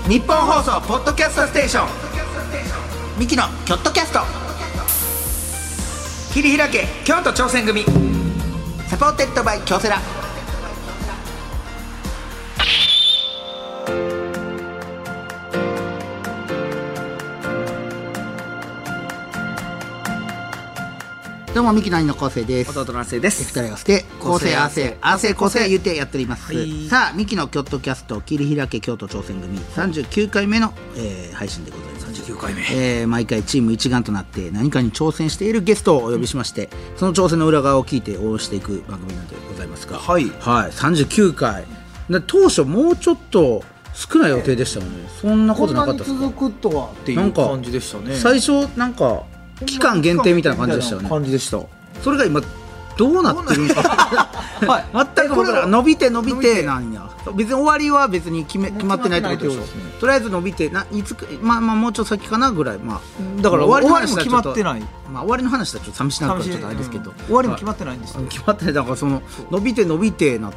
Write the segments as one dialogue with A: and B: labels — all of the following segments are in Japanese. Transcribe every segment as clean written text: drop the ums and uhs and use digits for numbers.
A: 日本放送ポッドキャストステーションミキのキョットキャスト。切り開け京都挑戦組サポーテッドバイ京セラ。どうもミキの兄の昴生です。
B: 弟の亜生です。
A: 二人合わせて昴生亜生亜生昴生言ってやっております、はい、さあミキのキョットキャスト切り開け京都挑戦組39回目の、配信でございます。
B: 39回目、
A: 毎回チーム一丸となって何かに挑戦しているゲストをお呼びしまして、その挑戦の裏側を聞いて応援していく番組なんでございますが、
B: はい、
A: はい、39回で当初もうちょっと少ない予定でしたもんね。そんなことなかったですか。
B: こんなに続くとはっていう感じでしたね。
A: 最初なんか期間限定みたいな感じでしたよね。
B: 感じでした。
A: それが今どうなってるんですか。はい、全くこれは伸びてなんや。別に終わりは別に決まってないってことでしょ。とりあえず伸びていつまあもうちょっと先かなぐらい、
B: だから終わりも決まってない。
A: 終わりの話はちょっと寂しなるからちょっとあれですけど、
B: 終わりも決まってないんですよ。
A: 決まってない。だからその伸びてなって、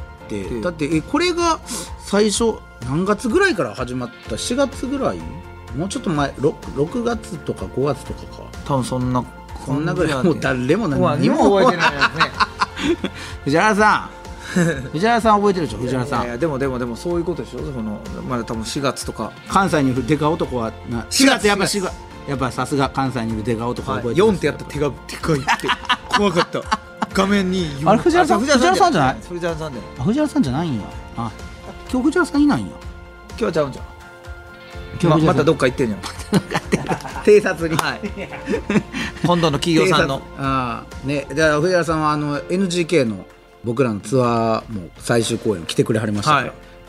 A: だってこれが最初何月ぐらいから始まった？4月ぐらい？もうちょっと前 6月とか5月とかか。
B: 多分そんな
A: ぐらい。もう誰も何
B: も覚えてないですね。
A: 藤原さん覚えてるでしょ。藤原さん。
B: いやでもそういうことでしょ。まだ多分4月とか。
A: 関西にいるデカ男は4月やっぱさすが関西にいるデカ男は覚えてる。
B: 4ってやったら手がでかいって怖かった。画面に
A: あれ藤原さんじゃない？
B: 藤原さんで。
A: 藤原さんじゃないんや。今日藤原さんいないんや。
B: 今日はちゃうんじゃん。またどっか行ってんじゃん。
A: 偵察に、
B: はい、今度の企業さんの
A: ね。じゃあ藤原さんはNGK の僕らのツアーも最終公演来てくれはりましたから、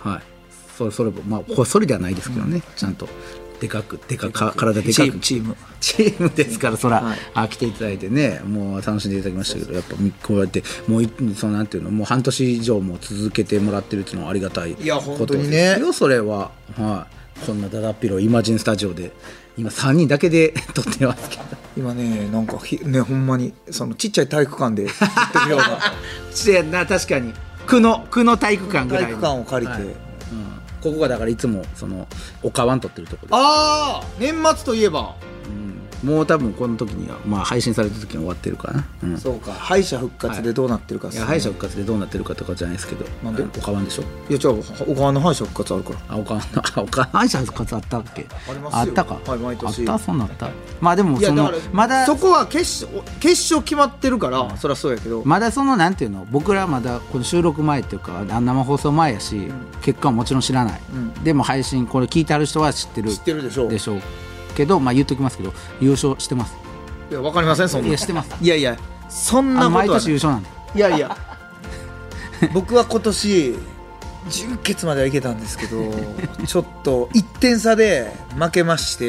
A: はい、それこれではないですけどね、ちゃんとでかく体でかくチームですから、そら、はい、来ていただいてね、もう楽しんでいただきましたけど、やっぱこうやってもうそのなんていうの、もう半年以上も続けてもらってるっていうのはありがたいことですよ。いや本当にね、それは、はい、こんなだだっ広いイマジンスタジオで今3人だけで撮ってますけど、
B: 今ねなんかねほんまにそのちっちゃい体育館で撮ってるような
A: ちっちゃいな。確かに区の体育館ぐらいの
B: 体育館を借りて、はい、
A: ここがだからいつもそのおかわん撮ってるところです。
B: ああ年末といえば、
A: もう多分この時には、配信された時に終わってるかな、
B: そうか。敗者復活でどうなってるか、
A: いや敗者復活でどうなってるかとかじゃないですけど、なんでおかわんでしょ。
B: いや違う、おかわんの敗者復活あるから。
A: おかわんの敗者復活あったっけ。
B: ありますよ。
A: あったか、
B: はい、毎年
A: あった。そうなった。でもまだ
B: そこは決勝決まってるから、そりゃそうやけど、
A: まだそのなんていうの、僕らまだこの収録前っていうか生放送前やし、結果はもちろん知らない、でも配信これ聞いてある人は知ってるでしょうけど、言っときますけど優勝してます。
B: いや分かりませんそんな。
A: いやしてます。
B: いやそんなことは
A: 毎年優勝なんで。
B: いや僕は今年準決まではいけたんですけどちょっと1点差で負けまして。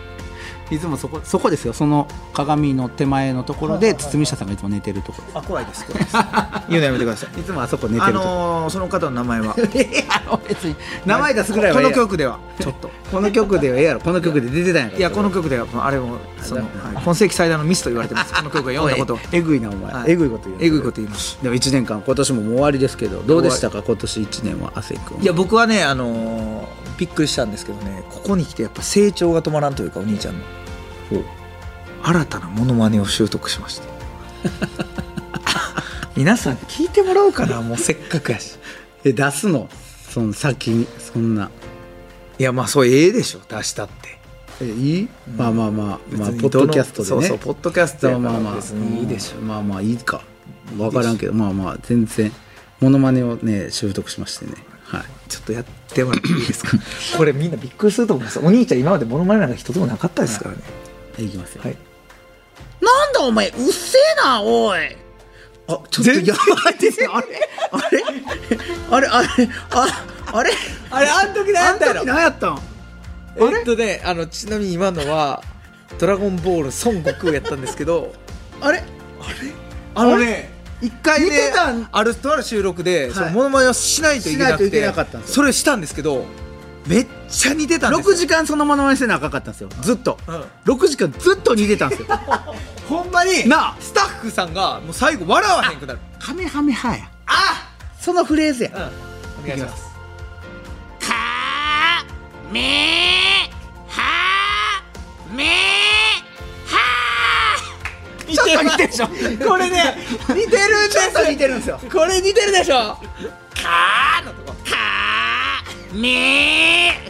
A: いつもそこですよ。その鏡の手前のところで堤下さんがいつも寝てるところ。
B: 怖いです言うのやめてください。
A: いつもあそこ寝てるところ。
B: その方の名前は
A: 別に名前出すぐらいは
B: この曲ではちょっと
A: この曲ではやろ。この曲で出てたんやから。
B: いやこの曲ではあれも今世紀最大のミスと言われてます。この曲が読んだこと
A: えぐいなお前、えぐいこと
B: 言います。
A: でも1年間今年ももう終わりですけど、どうでしたか今年1年は亜生君。
B: いや僕はねびっくりしたんですけどね、ここに来てやっぱ成長が止まらんというか、お兄ちゃんの新たなモノマネを習得しました皆さん聞いてもらおうかな。もうせっかくやし
A: 出すのその先にそんな。
B: いやそうええでしょ出したって。
A: いい、ポッドキャストでね。
B: そうポッドキャストやから別にいいでしょ。
A: いいか分からんけど、全然モノマネをね習得しましてね、はい、
B: ちょっとやってもらっていいですかこれみんなびっくりすると思います。お兄ちゃん今までモノマネなんか一つもなかったですからね。
A: いきますよ。
B: はい。
A: なんだお前うっせえなおい。ちょっとやばいですよ。あれあ
B: の時何
A: やったん。
B: ちなみに今のはドラゴンボール孫悟空やったんですけど一回ねあるとある収録でそのモノマネをしないといけなくて、それしたんですけどめっちゃ似てたんですよ。
A: 6時間そのモノマネしてなあかんかったんですよ。ずっと、6時間ずっと似てたんですよ
B: ほんまに
A: なあ。
B: スタッフさんがもう最後笑わへんくなる。
A: カメハメハや。そのフレーズや。
B: お願いします。
A: かめ
B: しょ。これね似てるんです
A: 似てるんですよ。
B: これ似てるでしょ。カーのとこカーね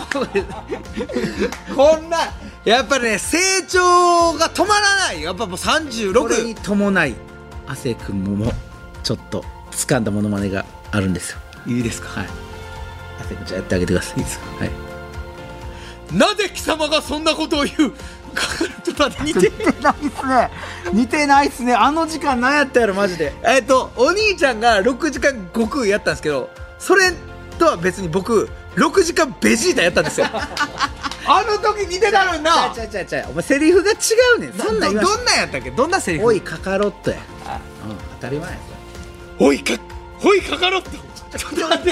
B: ーこんなやっぱね成長が止まらない。やっぱもう36。
A: これに伴い亜生君もちょっと掴んだモノマネがあるんですよ。
B: いいですか。
A: はい。亜生君じゃあやってあげてください。
B: いいですか。
A: はい。
B: なぜ貴様がそんなことを言う。ちょっと待って似て
A: ないっすね。似てないっすね。あの時間何やったやろマジで。
B: お兄ちゃんが6時間悟空やったんですけど、それとは別に僕6時間ベジータやったんですよ。あの時似てたのにな。
A: ちゃお前セリフが違うねん。そんなん言わん。
B: どんなんやったっけ。どんなセリフ。
A: おいカカロットや。当たり前や。
B: おいカカロット。ちょっと待って。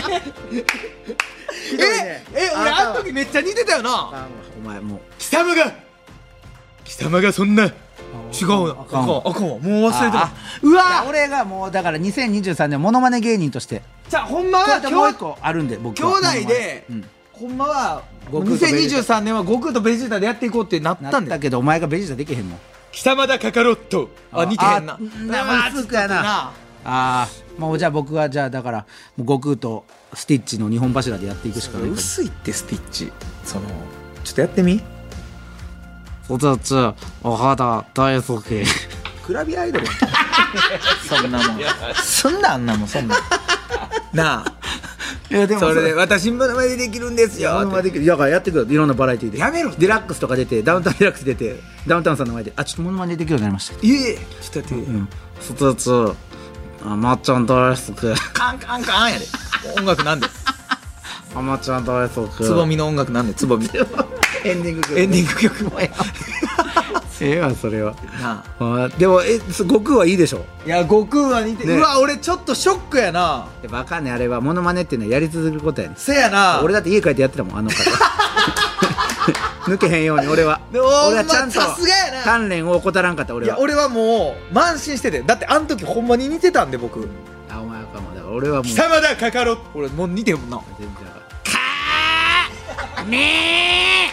B: 俺あの時めっちゃ似てたよな。
A: お前もう
B: 貴様がそんな違うな。あかんわ。もう忘れてた。うわ
A: 俺がもうだから2023年モノマネ芸人として
B: じゃあほんまは
A: もう一個あるんで僕は
B: 兄弟でほんまは
A: 悟空とベジータ
B: 2023年は悟空とベジータでやっていこうってなったんだ
A: だけどお前がベジータできへんもん。
B: 貴様だカカロット。似てへんな。
A: 薄くやな。もうじゃあ僕はじゃあだからもう悟空とスティッチの2本柱でやっていくしかない。
B: 薄いってスティッチ。ちょっとやってみ。
A: おたつお肌大好き。
B: グラビアアイドルそんなもんそんなあんなもんそんななあ。いやでもそれで私モノマネできるんですよ。
A: モノマネできる。だからやってくる。いろんなバラエティーで
B: やめろ。
A: デラックスとか出てダウンタウンデラックス出てダウンタウンさんの前でちょっとモノマネできるようになりました。
B: ちょっとやってみ。
A: おたつまっちゃん大好き。
B: カンカンカンやで。音楽なんで。
A: まっちゃん大好き。
B: つぼみの音楽なんで。つぼみ
A: エンディング曲。
B: エンディング曲も
A: わそれはでも悟空はいいでしょ。
B: いや悟空は似て、うわ俺ちょっとショックやな。
A: バカねあれはモノマネっていうのはやり続けることやねん。
B: せやな。
A: 俺だって家帰ってやってたもんあの方。抜けへんように俺はちゃんと鍛錬を怠らんかった。俺
B: はもう慢心してて。だってあの時ほんまに似てたんで僕。
A: お前はかもだから俺はもう
B: 貴様だカカロット。俺もう似てるもんな。
A: 全然
B: カーね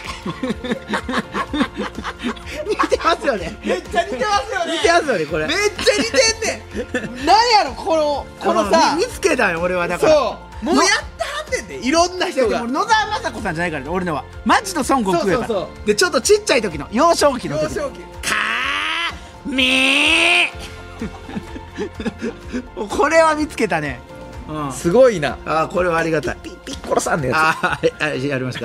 A: 似てますよね。
B: めっちゃ似てますよね。
A: 似てますよねこれ。
B: めっちゃ似てんねん。なんやろこのさ
A: 見つけたよ俺は。だから
B: そうもうやってはんねんでいろんな人が。
A: 野沢雅子さんじゃないからね俺のは。マジの孫悟空やから。でちょっとちっちゃい時の幼少期の時。
B: カーね
A: ーこれは見つけたね。
B: すごいな。
A: これはありがたい。
B: ピッコロさんのや
A: つ。やりました。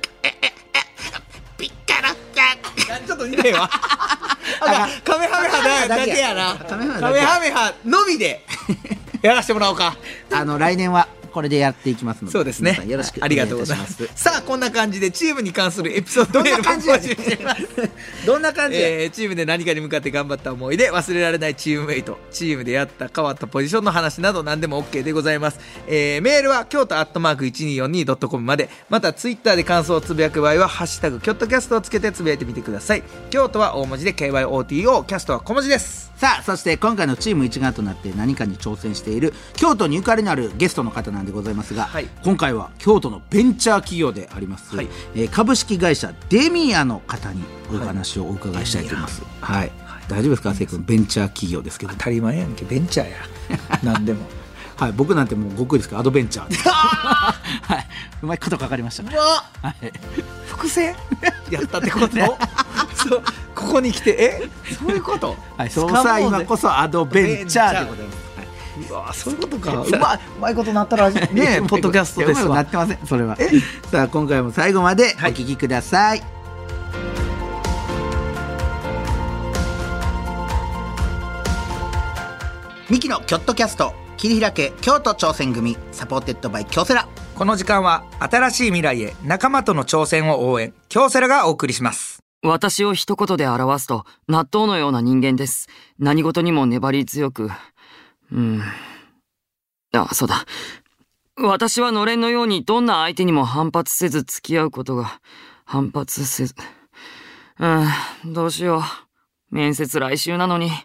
B: ピッカラッカ。ちょっと似てへんわ。カメハメハだけやな。カメハメハのみでやらせてもらおうか。
A: 来年はこれでやっていきますので。
B: そうですね。
A: よろしく
B: ありがとうございます。さあこんな感じでチームに関するエピソードメールも募集しています。
A: どんな感じ？
B: チームで何かに向かって頑張った思い出、忘れられないチームメイト、チームでやった変わったポジションの話など何でも OK でございます。メールは京都@1242.com まで、またツイッターで感想をつぶやく場合はハッシュタグキョットキャストをつけてつぶやいてみてください。京都は大文字で KYOTO、キャストは小文字です。
A: さあそして今回のチーム一丸となって何かに挑戦している京都にゆかりのあるゲストの方なんでございますが、今回は京都のベンチャー企業であります、株式会社デミアの方にお話をお伺いしたいと思います。大丈夫ですか亜生君。ベンチャー企業ですけど。
B: 当たり前やんけ。ベンチャーや何でも。
A: 僕なんてもう悟空ですからアドベンチャーです。うまいことかかりましたから。
B: 伏線やったってことそうここに来てそういうこと。
A: そうさ今こそアドベンチャーでございます。
B: うわそういうことか。うまいことなったらねポッドキャストですわ。
A: なってませんそれは。さあ今回も最後までお聞きください。ミキのキョットキャスト切り開け京都挑戦組サポーテッドバイ京セラ。
B: この時間は新しい未来へ仲間との挑戦を応援、京セラがお送りします。
C: 私を一言で表すと納豆のような人間です。何事にも粘り強く。そうだ。私はのれんのようにどんな相手にも反発せず付き合うことが、どうしよう。面接来週なのに。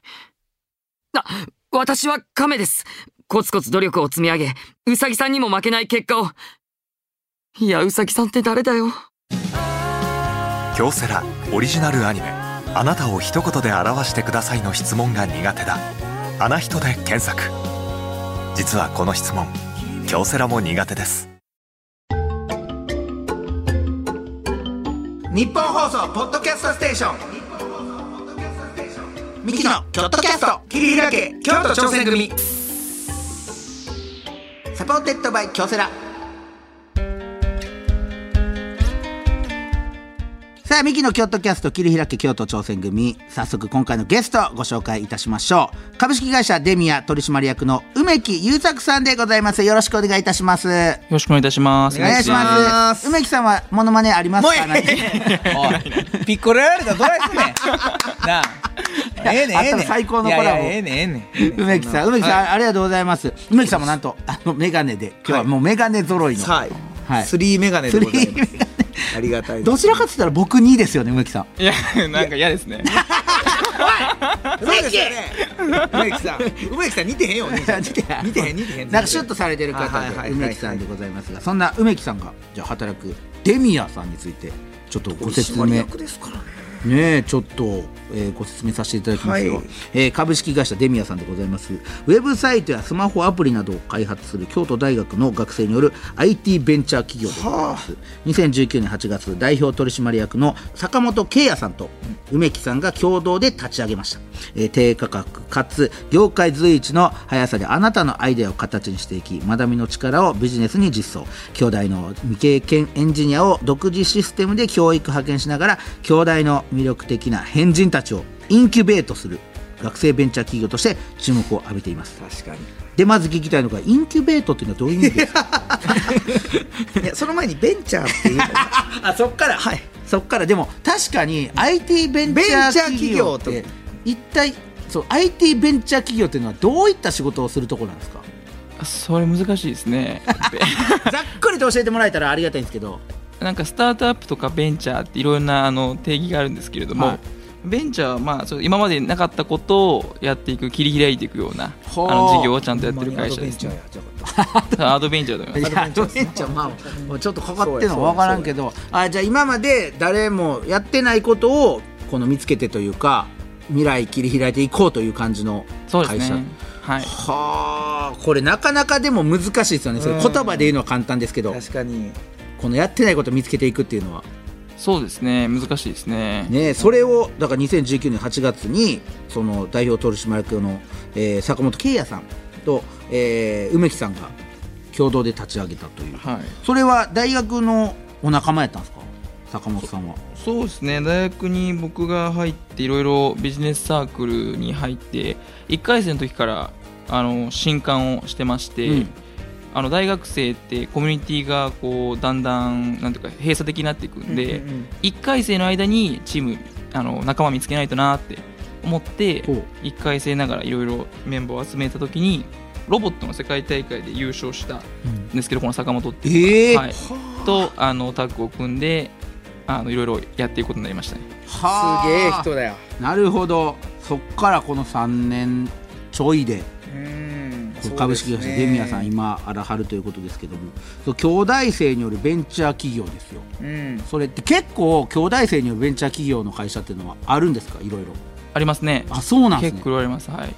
C: 私は亀です。コツコツ努力を積み上げ、うさぎさんにも負けない結果を。いや、うさぎさんって誰だよ。
D: 京セラオリジナルアニメあなたを一言で表してくださいの質問が苦手だ。あな人で検索。実はこの質問、京セラも苦手です。
A: 日本放送ポッドキャストステーション、ミキのキョットキャスト、切り開け京都挑戦組、サポーテッドバイ京セラ。さあ、ミキの京都キャスト、切り開け京都挑戦組、早速今回のゲストご紹介いたしましょう。株式会社デミア取締役の梅木優作さんでございます。よろしくお願いいたします。よ
C: ろしくお願いいたします。
A: お願いします。梅木さんはモノマネありますか？
B: もうピッコロやられたらどうやすねんなあ、ええねん、ええねん、
A: 最高のコラボ。
B: ええねん、ええねん。
A: 梅木さん、梅木さん、ありがとうございます。梅木さんもなんとメガネで、今日はもうメガネ揃いの、
B: はい、3メガネでございます。ありがたいです。
A: どちらかって言ったら僕2ですよね、梅木さん。
C: いや、なんか嫌ですね。
B: 梅木さん、梅木さん似てへんよ。似てへん。
A: なんかシュッとされてる方で梅木さんでございますが、そんな梅木さんがじゃあ働くデミアさんについてちょっとご説明ね、ちょっと、ご説明させていただきますよ、はい。株式会社デミアさんでございます。ウェブサイトやスマホアプリなどを開発する京都大学の学生による IT ベンチャー企業でございます。2019年8月、代表取締役の坂本圭也さんと梅木さんが共同で立ち上げました。低価格かつ業界随一の速さであなたのアイデアを形にしていき、学びの力をビジネスに実装。兄弟の未経験エンジニアを独自システムで教育派遣しながら、兄弟の魅力的な変人たちをインキュベートする学生ベンチャー企業として注目を浴びています。
B: 確かに。
A: で、まず聞きたいのが、インキュベートっていうのはどういう意味ですか？
B: いや、その前にベンチャーっていう
A: あ、そっから、はい、そっから。でも確かに IT ベンチャー企業って一体そう IT ベンチャー企業っていうのはどういった仕事をするところなんですか？
C: それ難しいですね。
A: ざっくりと教えてもらえたらありがたいんですけど。
C: なんかスタートアップとかベンチャーっていろんな定義があるんですけれども、はい、ベンチャーはまあ今までなかったことをやっていく、切り開いていくような事業をちゃんとやってる会社ですね。アドベンチャーだと思います。
A: アドベンチャー、まあちょっとかかってるのは分からんけど、じゃあ今まで誰もやってないことをこの見つけてというか、未来切り開いていこうという感じの会社。
C: そうですね。はい。
A: はあ、これなかなかでも難しいですよね。それ言葉で言うのは簡単ですけど、
B: 確かに
A: このやってないことを見つけていくっていうのは。
C: そうですね、難しいですね。
A: ね、それをだから2019年8月にその代表取締役の、坂本圭也さんと、梅木さんが共同で立ち上げたという、はい、それは大学のお仲間やったんですか、坂本さんは？
C: そうですね、大学に僕が入っていろいろビジネスサークルに入って1回生の時から新歓をしてまして、大学生ってコミュニティがこうだんだんなんていうか閉鎖的になっていくんで、1回生の間にチーム仲間見つけないとなって思って1回生ながらいろいろメンバーを集めた時にロボットの世界大会で優勝したんですけど、この坂本っていう、はい、とタッグを組んでいろいろやっていくことになりましたね。
B: すげえ人だよ。
A: なるほど。そっからこの3年ちょいで株式会社デミアさん今あらはるということですけども、兄弟生によるベンチャー企業ですよ、それって結構兄弟生によるベンチャー企業の会社っていうのはあるんですか？いろいろ
C: ありますね。
A: あ、そうなんですね。
C: 結構あります。はい。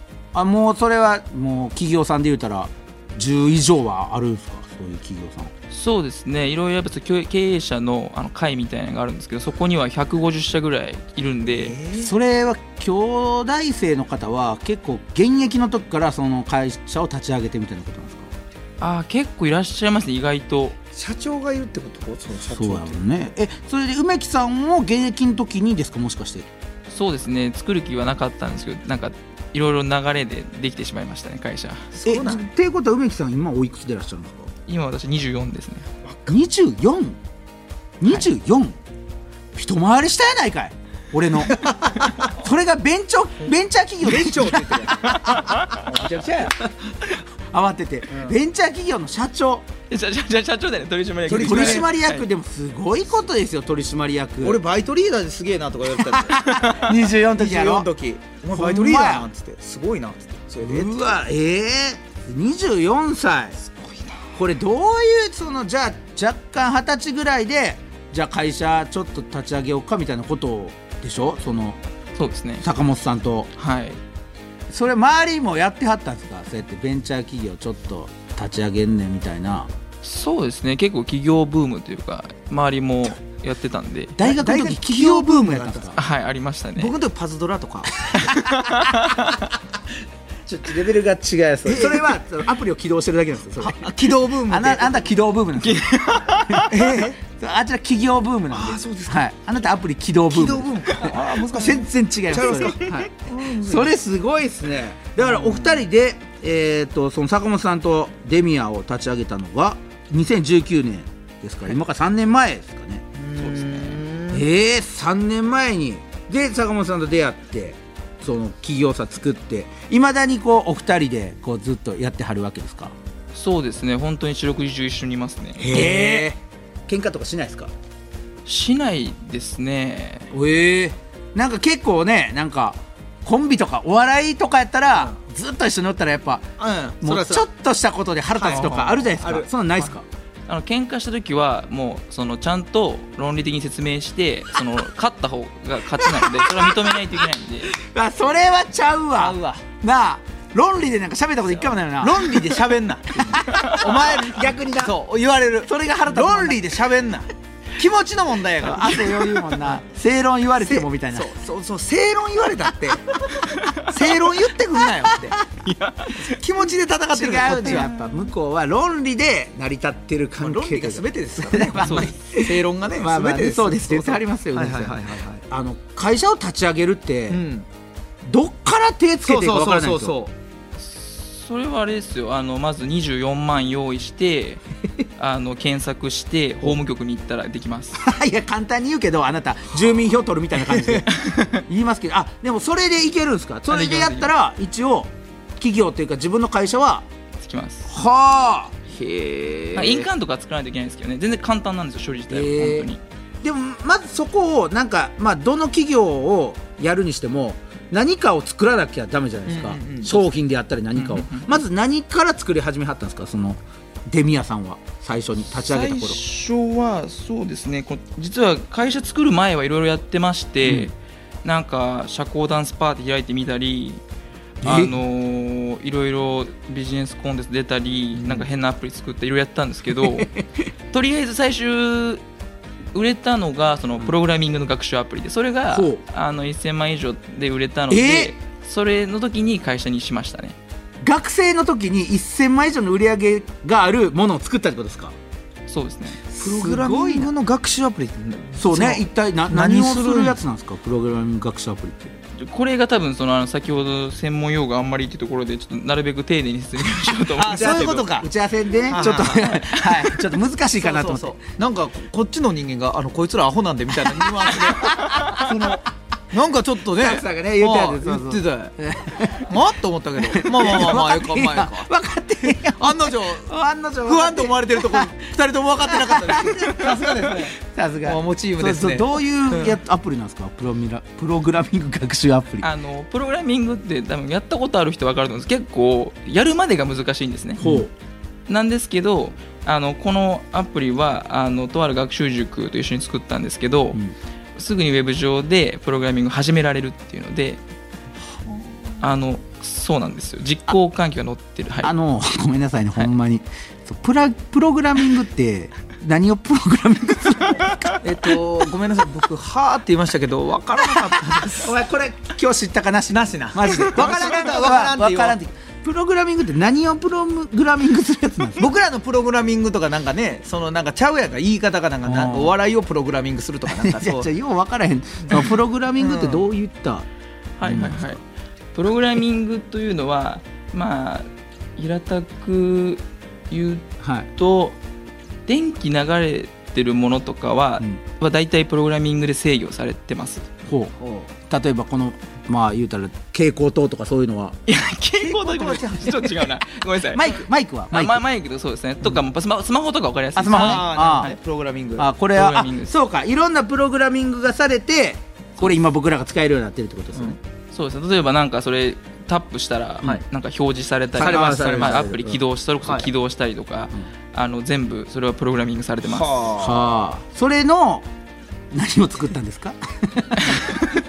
A: もうそれはもう企業さんで言うたら10以上はあるんですか？そういう企業さん。
C: そうですね、いろいろやっぱ経営者の会みたいなのがあるんですけど、そこには150社ぐらいいるんで、
A: それは兄弟生の方は結構現役の時からその会社を立ち上げてみたいなことなんですか？
C: 結構いらっしゃいますね、意外と。
B: 社長がいるってこと？その社長って。
A: そうやろね。それで梅木さんも現役の時にですか？もしかして。
C: そうですね、作る気はなかったんですけど、なんかいろいろ流れでできてしまいましたね、会社。
A: そうなんっていうことは梅木さん今おいくつでいらっしゃるんですか？
C: 今私24ですね。
A: 24？ 24？、はい、一回りしたやないかい俺のそれがベンチャー企業
B: ベンチャーって言ってるめちゃくちゃや
A: 慌てて、ベンチャー企業の社長。
C: 社長だよね、取締役。
A: 取締役でもすごいことですよ、取締役。
B: 俺バイトリーダーですげえなとか言われたら
A: 24の時やろ。
B: 24の時お前バイトリーダーなんつってすごいなっつって。それで
A: うわ24歳すごいな。これどういうじゃあ若干20歳ぐらいでじゃあ会社ちょっと立ち上げようかみたいなことでしょ？
C: そうですね。
A: 坂本さんと。
C: はい。
A: それ周りもやってはったんですか？そうやってベンチャー企業ちょっと立ち上げんねんみたいな。
C: そうですね、結構企業ブームというか周りもやってたんで。
A: 大学の時企業ブームやったんですか？
C: はい、ありましたね。
B: 僕の時パズドラとか
A: ちょっとレベルが違う。それはアプリを起動してるだけなんですよ。それ
B: 起動ブーム
A: あんた起動ブームなんですよ。あちら企業ブームなんで。
B: そうですか。
A: はい。あなたアプリ起動ブーム。
B: 起動ブームか。難しい。
A: 全然違います。
B: 違いますか。
A: はい。それすごいですね。だからお二人でその坂本さんとデミアを立ち上げたのが2019年ですから、今から3年前ですかね。
C: そうですね。
A: 3年前にで坂本さんと出会ってその企業さ作っていまだにこうお二人でこうずっとやってはるわけですか？
C: そうですね、本当に四六時中一緒にいますね。
A: へえ。喧嘩とかしないですか？
C: しないですね。
A: なんか結構ね、なんかコンビとかお笑いとかやったら、ずっと一緒におったらやっぱ、もうちょっとしたことで腹立つとかあるじゃないですか。そんなんないですか？
C: 喧嘩した時はもうそのちゃんと論理的に説明してその勝った方が勝ちなのでそれは認めないといけないんで
A: それはちゃうわなあ。論理でなんか喋ったこと一回もないよな。
B: 論理で喋んなお前逆にな。そう言われる。
A: それが腹立つ。
B: 論理で喋んな。気持ちの問題やから。
A: あと余裕もんな。正論言われてもみたいな。
B: そう正論言われたって正論言ってくんなよって気持ちで戦ってるから。
A: 違うね。やっぱ向こうは論理で成り立ってる関係。
B: 論理が全てですからね。
C: そうです。
B: 正論がね全てです。
A: そうです。絶対ありますよね。会社を立ち上げるってどっから手つけていいか分からないんですよ。
C: それはあれですよ、まず24万用意して検索して法務局に行ったらできます
A: いや簡単に言うけど、あなた住民票取るみたいな感じで言いますけど、でもそれでいけるんですか？それでやったら一応企業というか自分の会社は
C: つきます。
A: はあ。へえ。
C: 印鑑とか作らないといけないんですけどね、全然簡単なんですよ、処理自体は本当に。
A: でもまずそこをなんか、どの企業をやるにしても何かを作らなきゃダメじゃないですか、商品であったり何かを、まず何から作り始めはったんですか？そのデミアさんは最初に立ち上げた頃。
C: 最初はそうですね、実は会社作る前はいろいろやってまして、なんか社交ダンスパーティー開いてみたり、いろいろビジネスコンテンツ出たり、なんか変なアプリ作っていろいろやったんですけどとりあえず最終売れたのがそのプログラミングの学習アプリで、それが1000万以上で売れたので、それの時に会社にしましたね。
A: 学生の時に1000万以上の売り上げがあるものを作ったってことですか？
C: そうですね。
B: プログラミングの学習アプリって
A: そうね、一体何をするやつなんですか？プログラミング学習アプリって。
C: これが多分先ほど専門用語あんまりっていうところでちょっとなるべく丁寧に説明しようと思うんですけど。
A: そういうことか。打ち合わせでねちょっとちょっと難しいかなと思って。
B: なんかこっちの人間がこいつらアホなんでみたいなニュアンスでなんかちょっとね
A: さんがね言
B: ってたよと思ったけど、まあ分かってへんや案の定不安と思われてるところ2人とも分かってなかったです。さすがですね。
A: さすが
B: もうチームですね。
A: どういうアプリなんですか？プログラミング学習アプリ。
C: プログラミングって多分やったことある人分かると思うんです。結構やるまでが難しいんですね。なんですけどこのアプリはとある学習塾と一緒に作ったんですけど、すぐにウェブ上でプログラミング始められるっていうので、そうなんですよ。実行環境が載ってる。
A: ごめんなさいね、ほんまにプログラミングって何をプログラミングするんですか？
B: ごめんなさい、僕はーって言いましたけど分からなかったです。
A: お前これ今日知ったかなしな
B: マジで分からんって
A: プログラミングって何をプログラミングするやつなんですか？
B: 僕らのプログラミングとかなんかね、なんかちゃうやんか、言い方がなんかお笑いをプログラミングするとかなんかそう。
A: じゃよう分からへん。プログラミングってどういった
C: プログラミングというのは平たく言うと、電気流れてるものとかはだいたいプログラミングで制御されてます。
A: 例えばこの言うたら蛍光灯とかそういうのは。
C: いや蛍光灯とちょっと違うな。ごめんなさい。
A: マイクは
C: マイクとそうですね。とかスマホとか分かりやすい。
A: スマホ
B: プログラミング。
A: これはそうか、いろんなプログラミングがされて、これ今僕らが使えるようになってるってことですよね。
C: そうですね。例えばなんかそれタップしたらなんか表示されたり、アプリ起動したりとか、全部それはプログラミングされてます。
A: それの何を作ったんですか？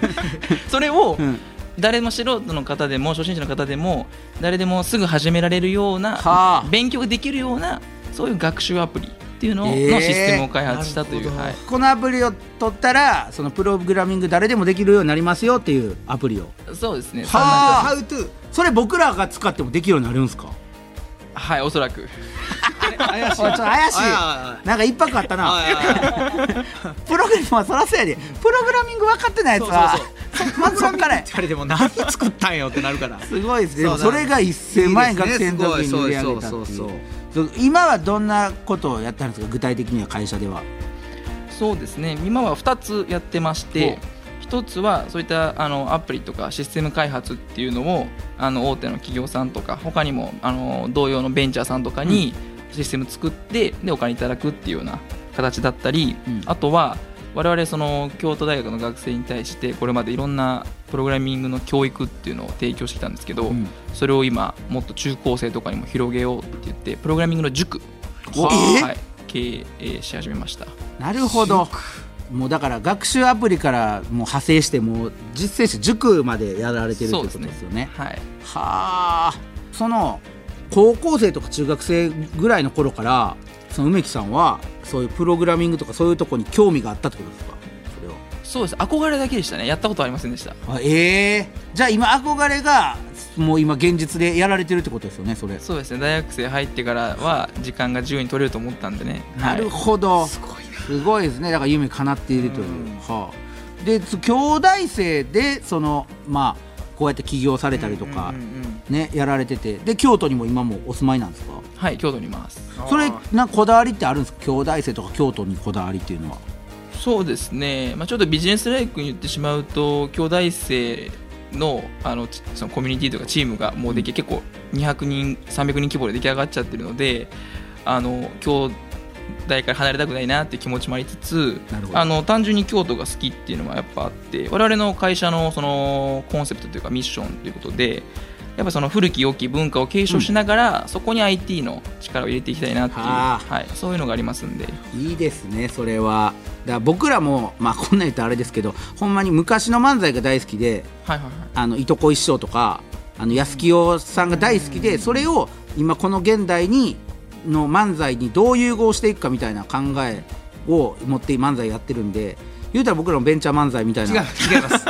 C: それを
A: うん
C: 誰も素人の方でも初心者の方でも誰でもすぐ始められるような、
A: はあ
C: 勉強ができるようなそういう学習アプリっていうののシステムを開発したという、はい、
A: このアプリを取ったらそのプログラミング誰でもできるようになりますよっていうアプリを。
C: そうですね。
A: はあ、
B: How to
A: それ僕らが使ってもできるようになるんですか？
C: はい、おそらく
B: 怪しい
A: おいちょっと怪しい
B: あ
A: なんか一泊あったな。
B: あ
A: プログラミングはそらそうやで。プログラミング分かってないやつはまずそっからや
B: あれでも何作ったんよってなるから
A: すごいですね。でも
B: そう
A: それが1000万円学生の時に
B: そう
A: 売り上げたって
B: そうそう
A: いう。今はどんなことをやってるんですか？具体的には会社では。
C: そうですね。今は2つやってまして1つはそういったアプリとかシステム開発っていうのを大手の企業さんとか他にも同様のベンチャーさんとかにシステム作ってでお金いただくっていうような形だったり、
A: うん
C: あとは我々その京都大学の学生に対してこれまでいろんなプログラミングの教育っていうのを提供してきたんですけど、
A: うん
C: それを今もっと中高生とかにも広げようって言ってプログラミングの塾を、はい、経営し始めました。
A: なるほど。もうだから学習アプリからもう派生してもう実践して塾までやられてるってことですよね。
C: はい、
A: はあ。その高校生とか中学生ぐらいの頃からその梅木さんはそういうプログラミングとかそういうところに興味があったってことですか？それは。
C: そうです。憧れだけでしたね。やったことありませんでした。
A: じゃあ今憧れがもう今現実でやられてるってことですよね。それ。
C: そうですね。大学生入ってからは時間が自由に取れると思ったんでね。
A: なるほど、すごいですね。だから夢叶っているという、はあ、で兄弟生でそのまあこうやって起業されたりとか、ね、やられててで京都にも今もお住まいなんですか？
C: はい、京都にいます。
A: それこだわりってあるんですか？兄弟生とか京都にこだわりっていうのは。
C: そうですね、ちょっとビジネスライクに言ってしまうと兄弟生のそのコミュニティとかチームがもうでき結構200人300人規模で出来上がっちゃってるので兄弟から離れたくないなっていう気持ちもありつつ単純に京都が好きっていうのはやっぱあって我々の会社のそのコンセプトというかミッションということでやっぱその古き良き文化を継承しながら、そこに IT の力を入れていきたいなっていう、はい、そういうのがありますんで。
A: いいですねそれは。だから僕らも、まあ、こんなん言ったらあれですけどほんまに昔の漫才が大好きで、
C: はいはいはい、
A: いとこ一生とか安清さんが大好きでそれを今この現代の漫才にどう融合していくかみたいな考えを持って漫才やってるんで言うたら僕らもベンチャー漫才みたいな。
B: 違います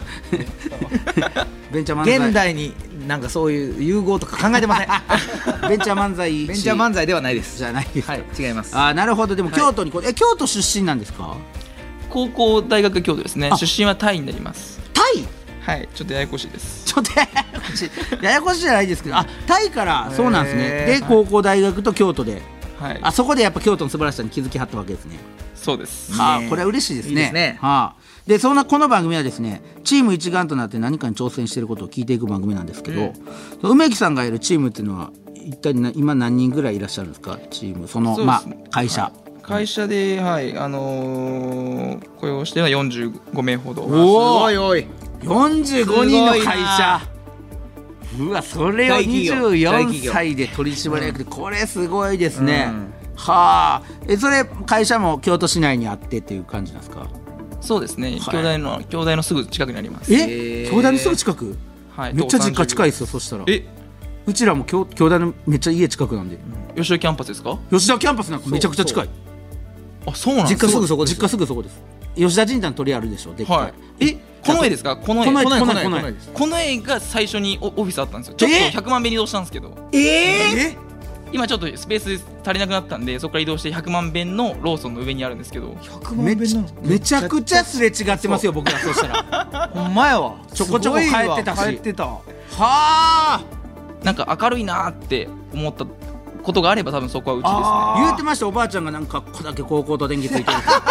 A: ベンチャー漫才
B: 現代になんかそういう融合とか考えてません
A: ベンチャー漫才
B: ベンチャー漫才ではないです
A: じゃないですか、
B: はい、違います。
A: なるほど。でも京都に京都出身なんですか？
C: 高校大学京都ですね。出身はタイになります。
A: タイ？
C: はい、ちょっとややこしいです。
A: ちょっとややこしいややこしいじゃないですけどタイからそうなんですね。で高校大学と京都で、はい、そこでやっぱ京都の素晴らしさに気づきはったわけですね。
C: そうです。
A: これは嬉しいですね。
B: いいですね。
A: でこの番組はですねチーム一丸となって何かに挑戦していることを聞いていく番組なんですけど、梅木さんがいるチームっていうのは一体今何人ぐらいいらっしゃるんですか？チーム会社、はい、
C: 会社で、はい雇用してるのは45名ほど。
B: おいおい
A: 45人の会社。うわそれを24歳で取締役で、これすごいですね。はあ。それ会社も京都市内にあってっていう感じなんですか？
C: そうですね、兄弟のすぐ近くにあります。
A: 兄弟のすぐ近く？はい、めっちゃ実家近いですよ。そしたらうちらも兄弟のめっちゃ家近くなんで。
C: 吉田キャンパスですか？
A: 吉田キャンパスなんかめちゃくちゃ近い。
C: そうなんですか？
A: 実家すぐそこです。吉田神社の鳥あるでしょ。でっか
C: い。この絵ですか？この絵が最初にオフィスあったんですよ。ちょっと100万遍移動したんですけど。今ちょっとスペース足りなくなったんでそこから移動して100万遍のローソンの上にあるんですけど。
B: 100万遍なんですか？
A: めちゃくちゃすれ違ってますよ僕ら。そうしたら
B: ほんまやわ。
A: ちょこちょこ帰ってたし。
B: 帰ってた。
A: はあ。
C: なんか明るいなって思ったことがあれば多分そこはうちですね。
A: 言うてました。おばあちゃんがなんかここだけ高校と電気ついてる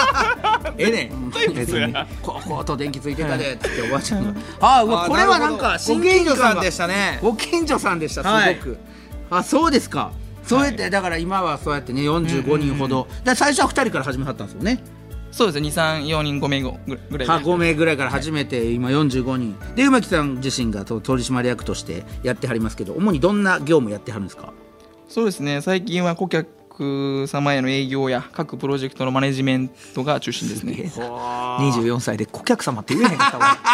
A: 高校と電気ついてたでっておばあちゃんがこれはなんか
B: ご近所さんでしたね。
A: ご近所さんでした。すごくそうですか。そうやってだから今はそうやってね45人ほどで最初は2人から始めはったんですよね。
C: そうですね。2、3、4人5名ぐらい
A: 5名ぐらいから始めて今45人で梅木さん自身が取締役としてやってはりますけど主にどんな業務やってはるんですか？
C: そうですね。最近は顧客様への営業や各プロジェクトのマネジメントが中心ですね。
B: 24歳で顧客様って言えへんかったわ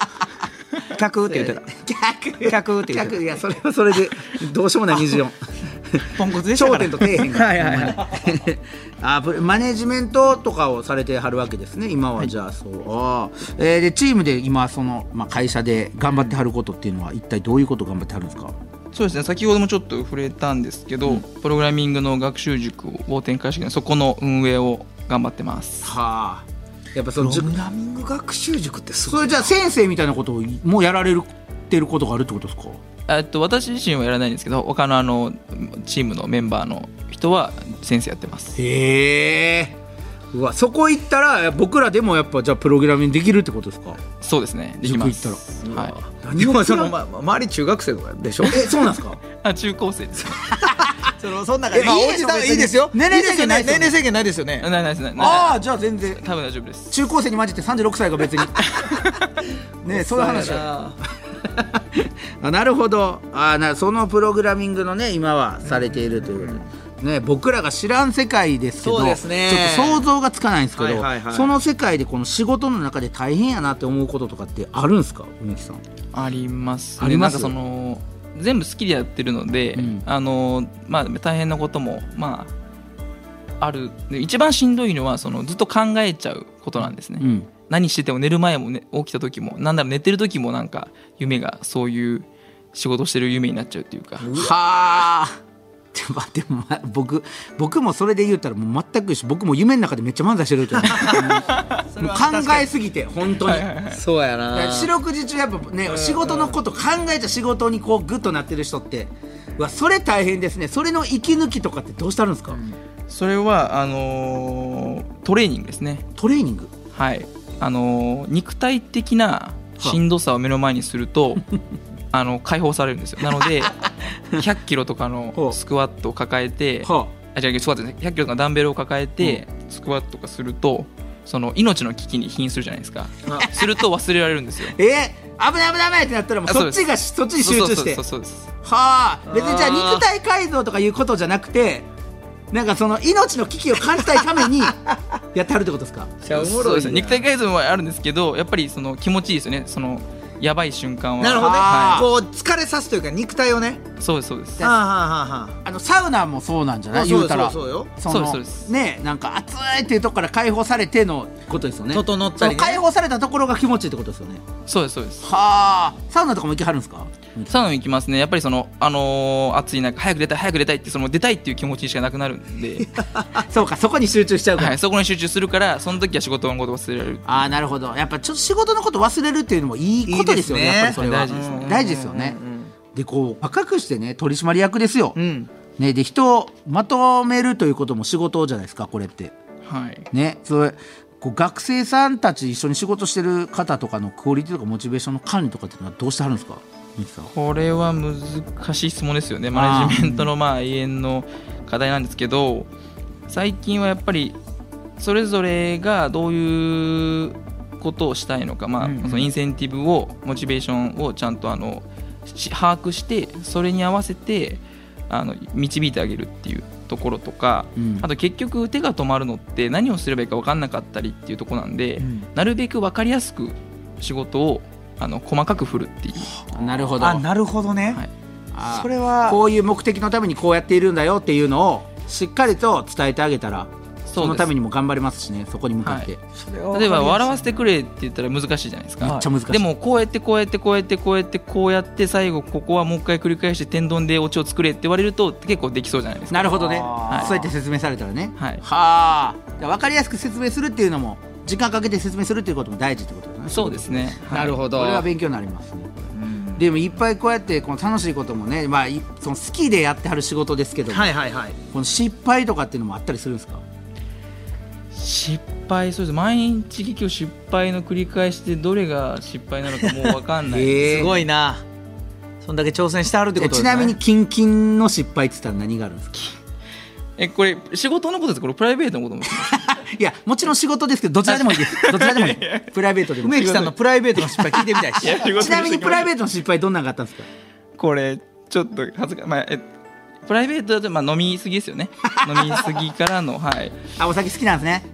A: 客って言ってた。客って言ってた。いや、それはそれでどうしようもない24。
C: ポンコツでしたから
A: 頂点と底辺が。
B: はいはいはい
A: マネジメントとかをされてはるわけですね、今は。じゃあそうでチームで今会社で頑張ってはることっていうのは一体どういうこと頑張ってはるんですか？
C: そうですね、先ほどもちょっと触れたんですけど、プログラミングの学習塾を展開して、そこの運営を頑張ってます。
A: はあ、やっぱ
B: プログラミング学習塾ってすごい。
A: それじゃあ先生みたいなことをもうやられてることがあるってことですか？
C: 私自身はやらないんですけど、他のチームのメンバーの人は先生やってます。
A: へえ。うわ、そこ行ったら僕らでもやっぱじゃあプログラミングできるってことですか？
C: そうですね、できます。
A: 塾行ったら、
C: はい。
B: でも周り中学生とかでしょ？
A: そうなんですか？
C: 中高生です。
B: そんな感じ。おじさんいいですよ。
A: 年齢制限ないですよね。
B: 年齢制限ないですよね。
C: ないですね。
A: ああ、じゃあ全然
C: 多分大丈夫です。
A: 中高生に混じって36歳が別にね、そういう話はなるほど。そのプログラミングのね今はされているということで、ね、僕らが知らん世界ですけど、
B: そうですね、
A: ちょっと想像がつかないんですけど、
B: はいはいはい、
A: その世界でこの仕事の中で大変やなって思うこととかってあるんですか、梅木さん？
C: ありますね。
A: あります。
C: なんか全部好きでやってるので、大変なこともある。で一番しんどいのはずっと考えちゃうことなんですね。何してても寝る前も、ね、起きた時もなんだろう、寝てる時もなんか夢がそういう仕事してる夢になっちゃうっていうか。
A: はあ。でも僕もそれで言ったらもう全く一緒。僕も夢の中でめっちゃ漫才してると思う。もう考えすぎて本当に。
B: そうやな。
A: 四六時中やっぱね、仕事のこと考えちゃ仕事にこうグッとなってる人ってそれ大変ですね。それの息抜きとかってどうしてあるんですか？
C: それはトレーニングですね。
A: トレーニング。
C: はい。肉体的なしんどさを目の前にすると解放されるんですよ。なので100キロとかのスクワットを抱えて、スクワットですね、100キロとかダンベルを抱えてスクワットとかすると、その命の危機に瀕するじゃないですか。すると忘れられるんですよ。
A: 危ないってなったらもうそっちに集中して。
C: そうです。
A: はあ。別にじゃあ肉体改造とかいうことじゃなくて、なんかその命の危機を感じたいためにやってはるってことですか？
C: そうですね。肉体改造もあるんですけど、やっぱり気持ちいいですよね。やばい瞬間は。
B: なるほどね、
C: はい、
B: こう疲れさすというか肉体をね。
C: そうです
A: サウナもそうなんじゃない？言うたら
B: そう
A: ですね。なんか暑いっていうところから解放されてのことですよね。
B: 整ったりね。
A: 解放されたところが気持ちいいってことですよね。
C: そうです
A: はあ。サウナとかも行きはるんですか？
C: サウナも行きますね。やっぱり暑い中早く出たいって出たいっていう気持ちしかなくなるんで
A: そうか、そこに集中しちゃうから、
C: はい、そこに集中するから、その時は仕事のこと忘れられる。
A: なるほど。やっぱちょっと仕事のこと忘れるっていうのもいいことですよね。やっぱりそれは大事ですね。大事ですよね。でこう若くしてね、取締役ですよ、ね、で人をまとめるということも仕事じゃないですか、これって。
C: はい
A: ね、それこう学生さんたち一緒に仕事してる方とかのクオリティとかモチベーションの管理とかっていうのはどうしてあるんですか？
C: これは難しい質問ですよね。マネジメントの永遠の課題なんですけど、最近はやっぱりそれぞれがどういうことをしたいのか、そのインセンティブをモチベーションをちゃんと把握して、それに合わせて導いてあげるっていうところとか、あと結局手が止まるのって何をすればいいか分かんなかったりっていうところなんで、なるべく分かりやすく仕事を細かく振るっていう。
A: なるほど。
B: なるほどね、
A: はい、それはこういう目的のためにこうやっているんだよっていうのをしっかりと伝えてあげたら、そのためにも頑張れますしね、そこに向かって、
C: はい、例えば笑わせてくれって言ったら難しいじゃないですか。
A: めっちゃ難しい。
C: でもこうやって最後ここはもう一回繰り返して天丼でオチを作れって言われると結構できそうじゃないですか。
A: なるほどね、そうやって説明されたらね。はあ、分かりやすく説明するっていうのも、時間かけて説明するっていうことも大事ってことですね。
C: そうですね、
B: なるほど。
A: これは勉強になりますね。でもいっぱいこうやってこの楽しいこともね、その好きでやってはる仕事ですけども、この失敗とかっていうのもあったりするんですか？
C: 失敗、そうです。毎日結局失敗の繰り返しでどれが失敗なのかもう分かんない
B: すごいな。そんだけ挑戦してはるってことですね。
A: ちなみにキンキンの失敗って言ったら何があるんですか？
C: これ仕事のことですか？これプライベートのことも
A: いや、もちろんし仕事ですけど、どちらでもいいです。どちらでもいい。プライベートでも。
B: 梅木さんのプライベートの失敗聞いてみたいし
A: ちなみにプライベートの失敗どんなのがあったんですか？
C: これちょっと恥ずかプライベートだと飲みすぎですよね。飲みすぎからの、はい。
A: お酒好きなんですね。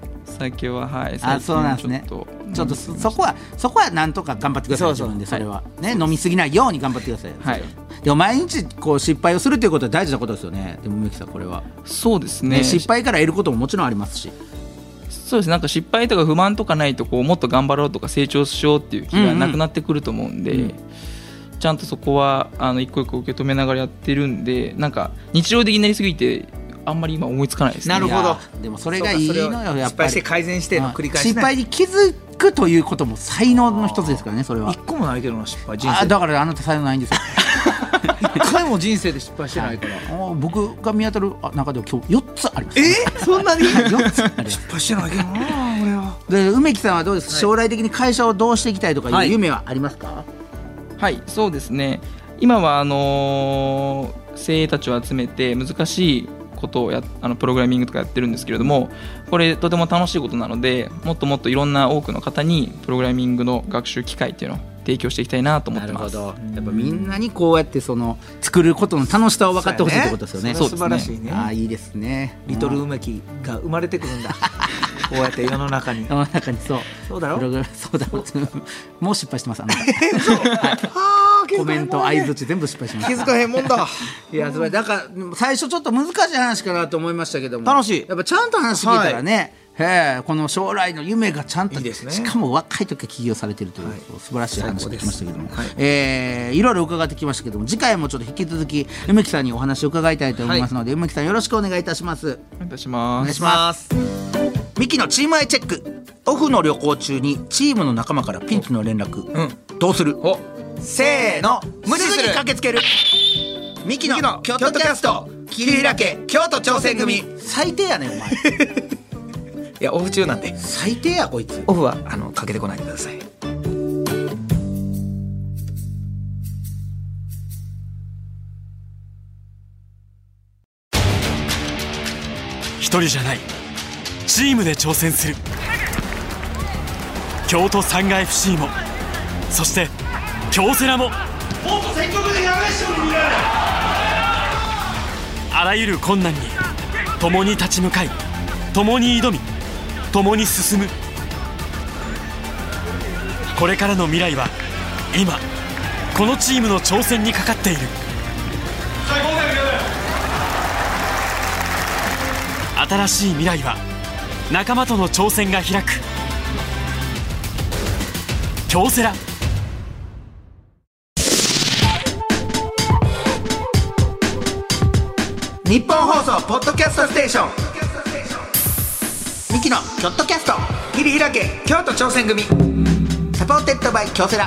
C: 酒ははい
A: あ、そうなんですね。ちょっとそこはなんとか頑張ってください。自分でそれはね、飲みすぎないように頑張ってください。
C: はい。
A: でも毎日こう失敗をするということは大事なことですよね。でも梅木さんこれは
C: そうですね。
A: 失敗から得ることももちろんありますし。
C: そうです。なんか失敗とか不満とかないとこうもっと頑張ろうとか成長しようっていう気がなくなってくると思うんで、ちゃんとそこは一個一個受け止めながらやってるんで、なんか日常的になりすぎてあんまり今思いつかないですね。
B: なるほど。
A: でもそれがいいのよ。やっぱり
B: 失敗して改善しての繰り返し、
A: 失敗に気づくということも才能の一つですからね。それは
B: 一個もないけどな、失敗人生
A: だからあなた才能ないんですよ。
B: 一回も人生で失敗してないから。
A: 僕が見当たる中では今日4つあります。
B: そんなに
A: 4つあります。
B: 失敗してないけどな俺は。
A: で梅木さんはどうですか、将来的に会社をどうしていきたいとかいう夢はありますか？
C: はい、そうですね。今は精鋭たちを集めて難しいことをプログラミングとかやってるんですけれども、これとても楽しいことなので、もっともっといろんな多くの方にプログラミングの学習機会っていうのを提供していきたいなと思ってます。
A: なるほど。やっぱみんなにこうやって作ることの楽しさを分かってほしいってことですよね。
B: そう素晴らしいね。
A: いいですね。
B: リトル梅木が生まれてくるんだ。こうやって世の中にそうだろ。そうだろ。もう失敗してます。コメント相づち全部失敗しました。 気づかへんもんだ。
A: いや、だから最初ちょっと難しい話かなと思いましたけども、
B: 楽しい。
A: やっぱちゃんと話聞いたらね、この将来の夢がちゃんと
B: いいですね。
A: しかも若い時から起業されているという素晴らしい話が聞きましたけども、いろいろ伺ってきましたけども、次回もちょっと引き続き梅木さんにお話を伺いたいと思いますので、梅木さんよろしくお願いいたします。
C: お願いいたします。
A: お願いします。ミキのチームアイチェック。オフの旅行中にチームの仲間からピンチの連絡、どうする？
B: せーの、無視する。
A: すぐに駆けつける。ミキの京都キャスト
B: 切り開け京都挑戦組。
A: 最低やねんお前。
B: いや、オフ中なんで。
A: 最低やこいつ。
B: オフはかけてこないでください。
E: 一人じゃない、チームで挑戦する。京都サンガ FC も、そして京セラも、もっと全国でやらしてもいい。あらゆる困難に共に立ち向かい、共に挑み、共に進む。これからの未来は今このチームの挑戦にかかっている。新しい未来は仲間との挑戦が開く。京セラ。
B: 日本放送ポッドキャストステーション。
A: ミキの京都キャスト
B: 切り開け京都挑戦組。
A: サポーテッドバイ京セラ。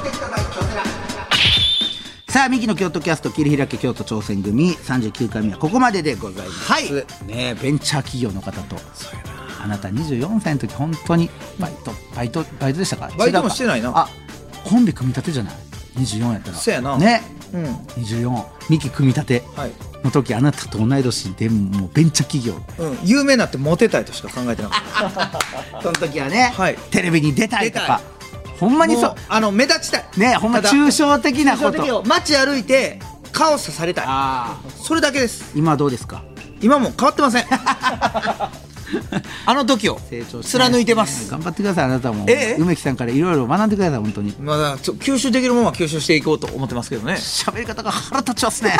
A: さあミキの京都キャスト切り開け京都挑戦組39回目はここまででございます。
B: はい
A: ね、ベンチャー企業の方と、あなた24歳の時本当にバイトでしたか？
B: バイトもしてないな。
A: あ、コンビ組み立てじゃない？24やったら
B: そうやな
A: ね、
B: 24
A: ミキ組み立ての時、あなたと同い年でもうベンチャー企業、
B: 有名になってモテたいとしか考えてなかった
A: その時はね、テレビに出たいとか、ほんまに
B: 目立ちたい
A: ね、ほんま抽象的なこと
B: を街歩いて顔刺されたい。それだけです。
A: 今はどうですか？
B: 今も変わってません。あの時を貫いてます。
A: 頑張ってください。あなたも梅木さんからいろいろ学んでください。本当に
B: まだ吸収できるものは吸収していこうと思ってますけどね。
A: 喋り方が腹立ちますね。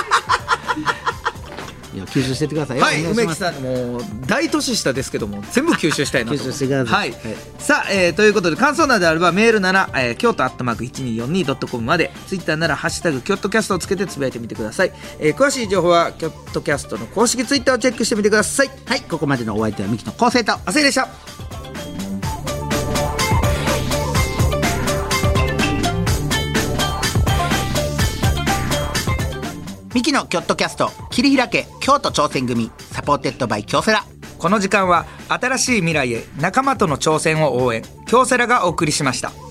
A: いや、吸収してってくださいよ。
B: はい、梅木さんもう大年下ですけども全部吸収したいなと。
A: 吸収してください。
B: さあ、ということで感想などであればメールなら、京都@1242.com まで、ツイッターならハッシュタグ京都キャストをつけてつぶやいてみてください。詳しい情報は京都キャストの公式ツイッターをチェックしてみてください。
A: はい、ここまでのお相手はミキの昴生と
B: 亜生でした。
A: ミキの京都キャスト切り開け京都挑戦組サポーテッドバイ京セラ。
B: この時間は新しい未来へ仲間との挑戦を応援、京セラがお送りしました。